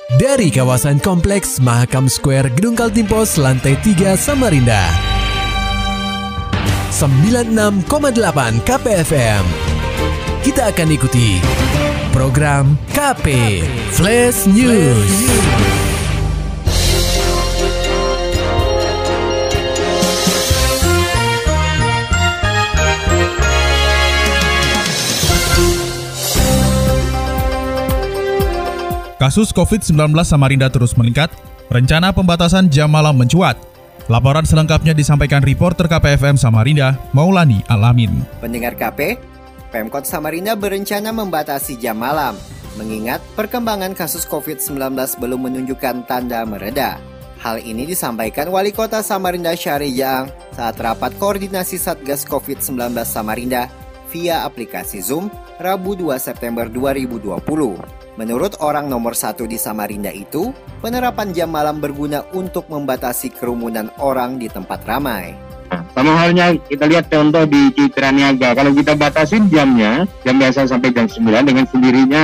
Dari kawasan Kompleks Mahakam Square Gedung Kaltimpos Lantai 3 Samarinda 96,8 KPFM. Kita akan ikuti program KP Flash News. Kasus COVID-19 Samarinda terus meningkat, rencana pembatasan jam malam mencuat. Laporan selengkapnya disampaikan reporter KPFM Samarinda, Maulani Alamin. Pendengar KP, Pemkot Samarinda berencana membatasi jam malam, mengingat perkembangan kasus COVID-19 belum menunjukkan tanda mereda. Hal ini disampaikan Wali Kota Samarinda Syahri Jaang saat rapat koordinasi Satgas COVID-19 Samarinda via aplikasi Zoom, Rabu 2 September 2020. Menurut orang nomor 1 di Samarinda itu, penerapan jam malam berguna untuk membatasi kerumunan orang di tempat ramai. Sama halnya kita lihat contoh di Citra Niaga, kalau kita batasin jamnya, jam biasa sampai jam 9 dengan sendirinya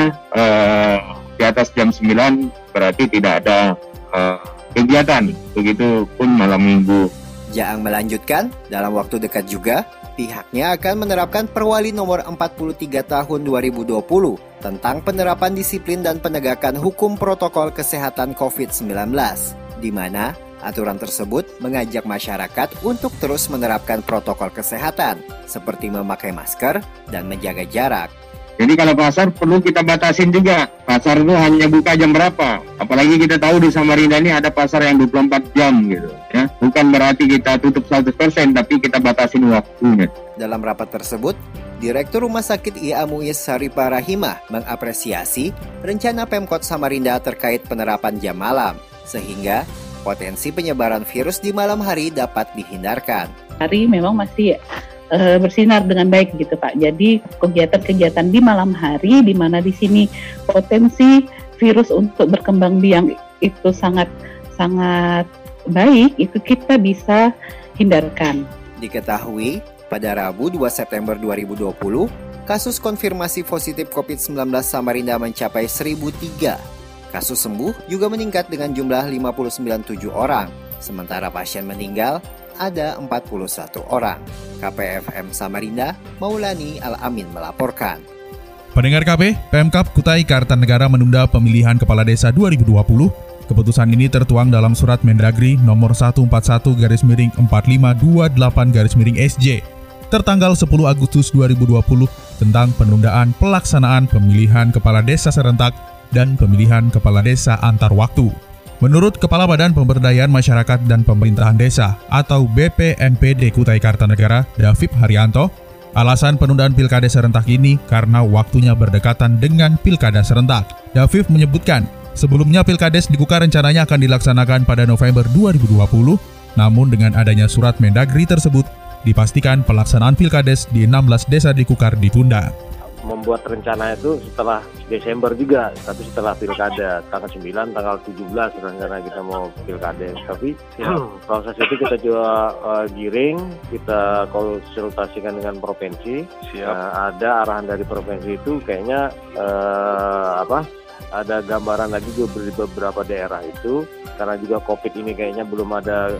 di atas jam 9 berarti tidak ada kegiatan, begitu pun malam minggu. Jaang melanjutkan, dalam waktu dekat juga, pihaknya akan menerapkan Perwali nomor 43 tahun 2020 tentang penerapan disiplin dan penegakan hukum protokol kesehatan COVID-19, di mana aturan tersebut mengajak masyarakat untuk terus menerapkan protokol kesehatan, seperti memakai masker dan menjaga jarak. Jadi kalau pasar perlu kita batasin juga. Pasar itu hanya buka jam berapa. Apalagi kita tahu di Samarinda ini ada pasar yang 24 jam gitu. Ya. Bukan berarti kita tutup 100%, tapi kita batasin waktunya. Dalam rapat tersebut, Direktur Rumah Sakit IA Muiz Saripah Rahimah mengapresiasi rencana Pemkot Samarinda terkait penerapan jam malam, sehingga potensi penyebaran virus di malam hari dapat dihindarkan. Hari memang masih bersinar dengan baik gitu Pak. Jadi kegiatan-kegiatan di malam hari di mana di sini potensi virus untuk berkembang biak itu sangat baik, itu kita bisa hindarkan. Diketahui pada Rabu 2 September 2020, kasus konfirmasi positif COVID-19 Samarinda mencapai 1.003. Kasus sembuh juga meningkat dengan jumlah 597 orang, sementara pasien meninggal ada 41 orang. KPFM Samarinda, Maulani Alamin melaporkan. Pendengar KP, Pemkab Kutai Kartanegara menunda pemilihan Kepala Desa 2020. Keputusan ini tertuang dalam Surat Mendagri nomor 141/4528/SJ tertanggal 10 Agustus 2020 tentang penundaan pelaksanaan pemilihan Kepala Desa serentak dan pemilihan Kepala Desa antar waktu. Menurut Kepala Badan Pemberdayaan Masyarakat dan Pemerintahan Desa atau BPMPD Kutai Kartanegara, David Haryanto, alasan penundaan Pilkada serentak ini karena waktunya berdekatan dengan Pilkada serentak. David menyebutkan, sebelumnya Pilkades di Kukar rencananya akan dilaksanakan pada November 2020, namun dengan adanya Surat Mendagri tersebut, dipastikan pelaksanaan Pilkades di 16 desa di Kukar ditunda. Membuat rencana itu setelah Desember juga, tapi setelah Pilkada tanggal 9, tanggal 17 rencana kita mau Pilkada. Tapi proses itu kita juga giring, kita konsultasikan dengan provinsi. Ada arahan dari provinsi itu kayaknya ada gambaran lagi juga di beberapa daerah itu, karena juga COVID ini kayaknya belum ada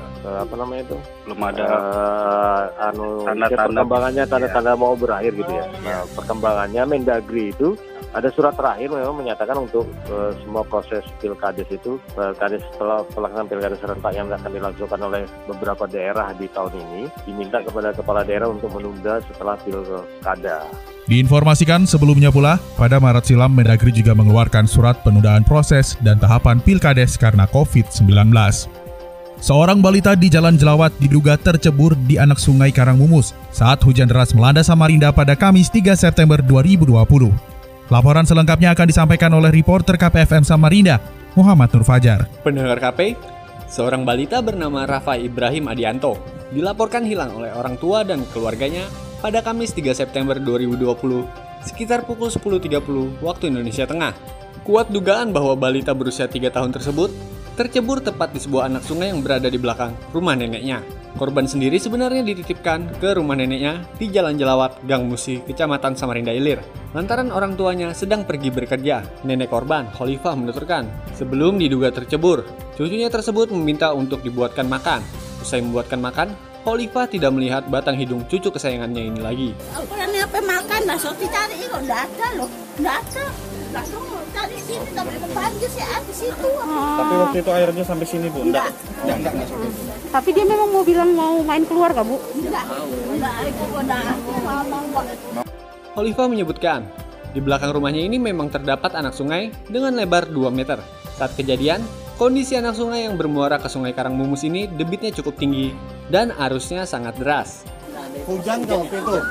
perkembangannya, tanda-tanda mau berakhir gitu ya. Nah, perkembangannya Mendagri itu ada surat terakhir memang menyatakan untuk semua proses Pilkades itu, setelah pelaksanaan Pilkada serentak yang akan dilangsungkan oleh beberapa daerah di tahun ini, diminta kepada kepala daerah untuk menunda setelah Pilkada. Diinformasikan sebelumnya pula, pada Maret silam Mendagri juga mengeluarkan surat penundaan proses dan tahapan Pilkades karena COVID-19. Seorang balita di Jalan Jelawat diduga tercebur di anak sungai Karangmumus saat hujan deras melanda Samarinda pada Kamis 3 September 2020. Laporan selengkapnya akan disampaikan oleh reporter KPFM Samarinda, Muhammad Nur Fajar. Pendengar KP, seorang balita bernama Rafa Ibrahim Adianto dilaporkan hilang oleh orang tua dan keluarganya pada Kamis 3 September 2020 sekitar pukul 10.30 waktu Indonesia Tengah. Kuat dugaan bahwa balita berusia 3 tahun tersebut tercebur tepat di sebuah anak sungai yang berada di belakang rumah neneknya. Korban sendiri sebenarnya dititipkan ke rumah neneknya di Jalan Jelawat, Gang Musi, Kecamatan Samarinda Ilir. Lantaran orang tuanya sedang pergi bekerja, nenek korban, Khalifah, menuturkan sebelum diduga tercebur, cucunya tersebut meminta untuk dibuatkan makan. Usai membuatkan makan, Khalifah tidak melihat batang hidung cucu kesayangannya ini lagi. Ukurannya apa makan, langsung dicari, kok nggak ada loh, nggak ada. Langsung cari sini, tapi banjir sih di situ. Tapi waktu itu airnya sampai sini, Bu? Enggak sampai. Tapi dia memang mau bilang mau main keluar gak, Bu? Enggak, itu udah ngomong. Khalifah menyebutkan, di belakang rumahnya ini memang terdapat anak sungai dengan lebar 2 meter. Saat kejadian, kondisi anak sungai yang bermuara ke Sungai Karangmumus ini debitnya cukup tinggi dan arusnya sangat deras. Hujan nggak waktu itu?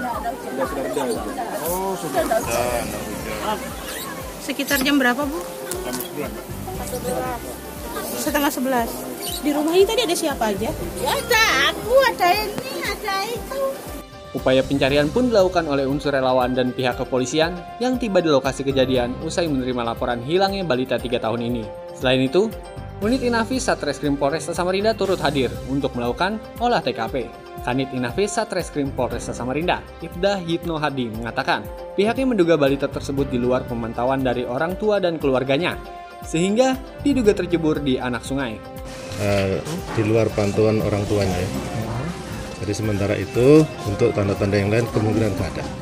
Oh, sudah hujan. Sekitar jam berapa, Bu? Jam 11. Setengah 11. Di rumah ini tadi ada siapa aja? Ya ada aku, ada ini, ada itu. Upaya pencarian pun dilakukan oleh unsur relawan dan pihak kepolisian yang tiba di lokasi kejadian usai menerima laporan hilangnya balita 3 tahun ini. Selain itu, unit Inafis Satreskrim Polresta Samarinda turut hadir untuk melakukan olah TKP. Kanit Inafis Satreskrim Polresta Samarinda, Ibda Hipno Hadi, mengatakan pihaknya menduga balita tersebut di luar pemantauan dari orang tua dan keluarganya, sehingga diduga tercebur di anak sungai. Di luar pantauan orang tuanya ya. Jadi sementara itu untuk tanda-tanda yang lain kemungkinan nggak ada.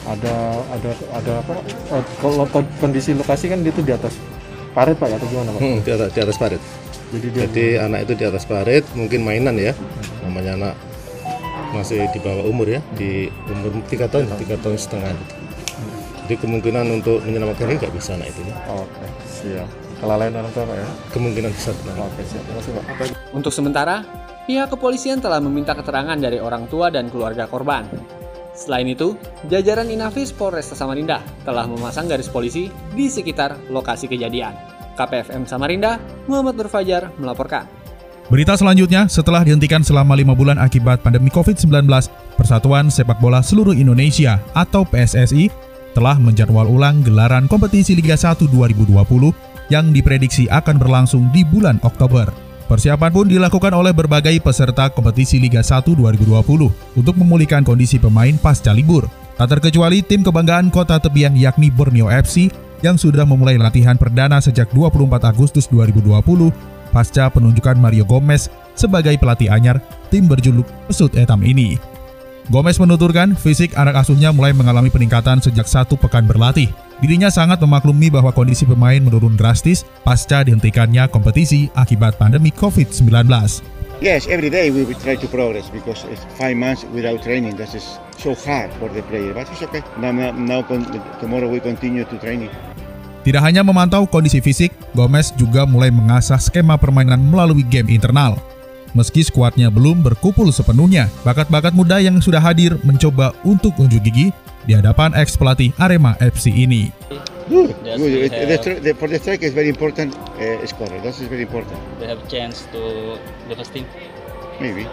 Ada apa? Kalau kondisi lokasi kan itu di atas parit, Pak, atau gimana, Pak? Di atas parit. Jadi anak itu di atas parit, mungkin mainan ya. Namanya anak masih di bawah umur ya, di umur 3 tahun setengah gitu. Jadi kemungkinan untuk menyelamatkan ini nggak bisa anak itu. Oke, siap. Kelalaian orang tua, Pak, ya? Kemungkinan besar. Oke, siap. Terima kasih, Pak. Untuk sementara, pihak kepolisian telah meminta keterangan dari orang tua dan keluarga korban. Selain itu, jajaran Inafis Polresta Samarinda telah memasang garis polisi di sekitar lokasi kejadian. KPFM Samarinda, Muhammad Nur Fajar melaporkan. Berita selanjutnya, setelah dihentikan selama 5 bulan akibat pandemi COVID-19, Persatuan Sepak Bola Seluruh Indonesia atau PSSI telah menjadwal ulang gelaran kompetisi Liga 1 2020 yang diprediksi akan berlangsung di bulan Oktober. Persiapan pun dilakukan oleh berbagai peserta kompetisi Liga 1 2020 untuk memulihkan kondisi pemain pasca libur. Tak terkecuali tim kebanggaan kota tepian yakni Borneo FC yang sudah memulai latihan perdana sejak 24 Agustus 2020 pasca penunjukan Mario Gomez sebagai pelatih anyar tim berjuluk Pesut Etam ini. Gomez menuturkan fisik anak asuhnya mulai mengalami peningkatan sejak 1 pekan berlatih. Dirinya sangat memaklumi bahwa kondisi pemain menurun drastis pasca dihentikannya kompetisi akibat pandemi COVID-19. Yes, every day we will try to progress because it's 5 months without training. That is so hard for the player, but it's okay. Now tomorrow we continue to training. Tidak hanya memantau kondisi fisik, Gomez juga mulai mengasah skema permainan melalui game internal. Meski skuadnya belum berkumpul sepenuhnya, bakat-bakat muda yang sudah hadir mencoba untuk unjuk gigi di hadapan ex-pelatih Arema FC ini. Good. For the strike is very important scorer. That is very important. They have chance to the first team. Maybe.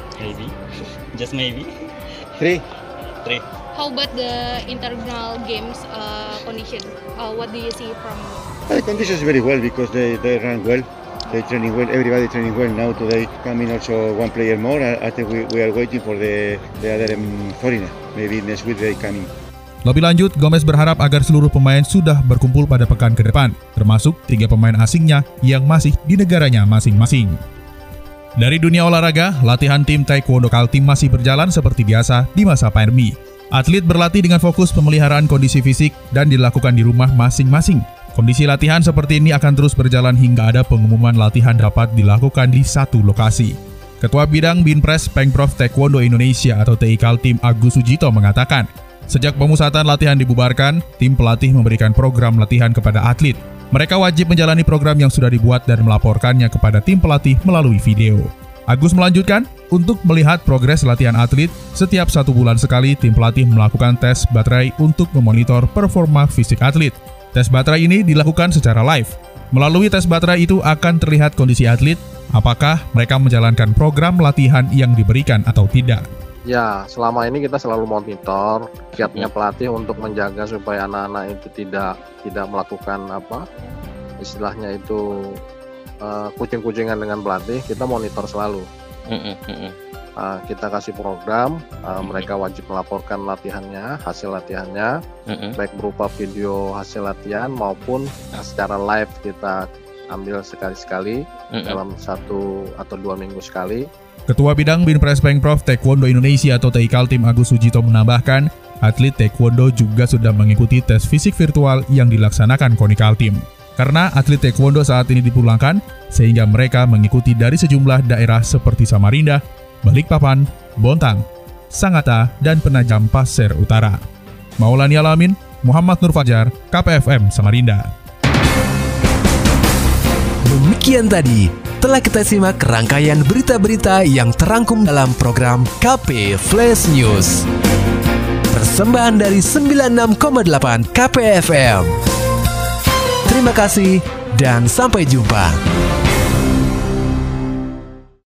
Just maybe. 3. How about the internal games condition? What do you see from? The conditions very well because they run well. They training well. Everybody training well now. Today coming also one player more. I think we are waiting for the other foreigner. Maybe next week they coming. Lebih lanjut, Gomez berharap agar seluruh pemain sudah berkumpul pada pekan ke depan, termasuk 3 pemain asingnya yang masih di negaranya masing-masing. Dari dunia olahraga, latihan tim Taekwondo Kaltim masih berjalan seperti biasa di masa pandemi. Atlet berlatih dengan fokus pemeliharaan kondisi fisik dan dilakukan di rumah masing-masing. Kondisi latihan seperti ini akan terus berjalan hingga ada pengumuman latihan dapat dilakukan di satu lokasi. Ketua Bidang Binpres Pengprov Taekwondo Indonesia atau TI Kaltim Agus Sujito mengatakan, sejak pemusatan latihan dibubarkan, tim pelatih memberikan program latihan kepada atlet. Mereka wajib menjalani program yang sudah dibuat dan melaporkannya kepada tim pelatih melalui video. Agus melanjutkan, untuk melihat progres latihan atlet, setiap 1 bulan sekali tim pelatih melakukan tes baterai untuk memonitor performa fisik atlet. Tes baterai ini dilakukan secara live. Melalui tes baterai itu akan terlihat kondisi atlet, apakah mereka menjalankan program latihan yang diberikan atau tidak. Ya, selama ini kita selalu monitor kiatnya pelatih untuk menjaga supaya anak-anak itu tidak melakukan istilahnya itu kucing-kucingan dengan pelatih, kita monitor selalu. Kita kasih program, mereka wajib melaporkan latihannya, hasil latihannya, baik berupa video hasil latihan maupun secara live kita ambil sekali-sekali dalam 1 atau 2 minggu sekali. Ketua Bidang Binpres Pengprov Taekwondo Indonesia atau TI Kaltim Agus Sujito menambahkan, atlet Taekwondo juga sudah mengikuti tes fisik virtual yang dilaksanakan KONI Kaltim. Karena atlet Taekwondo saat ini dipulangkan, sehingga mereka mengikuti dari sejumlah daerah seperti Samarinda, Balikpapan, Bontang, Sangatta, dan Penajam Pasir Utara. Maulani Alamin, Muhammad Nur Fajar, KPFM Samarinda. Demikian tadi telah kita simak rangkaian berita-berita yang terangkum dalam program KP Flash News. Persembahan dari 96,8 KPFM. Terima kasih dan sampai jumpa.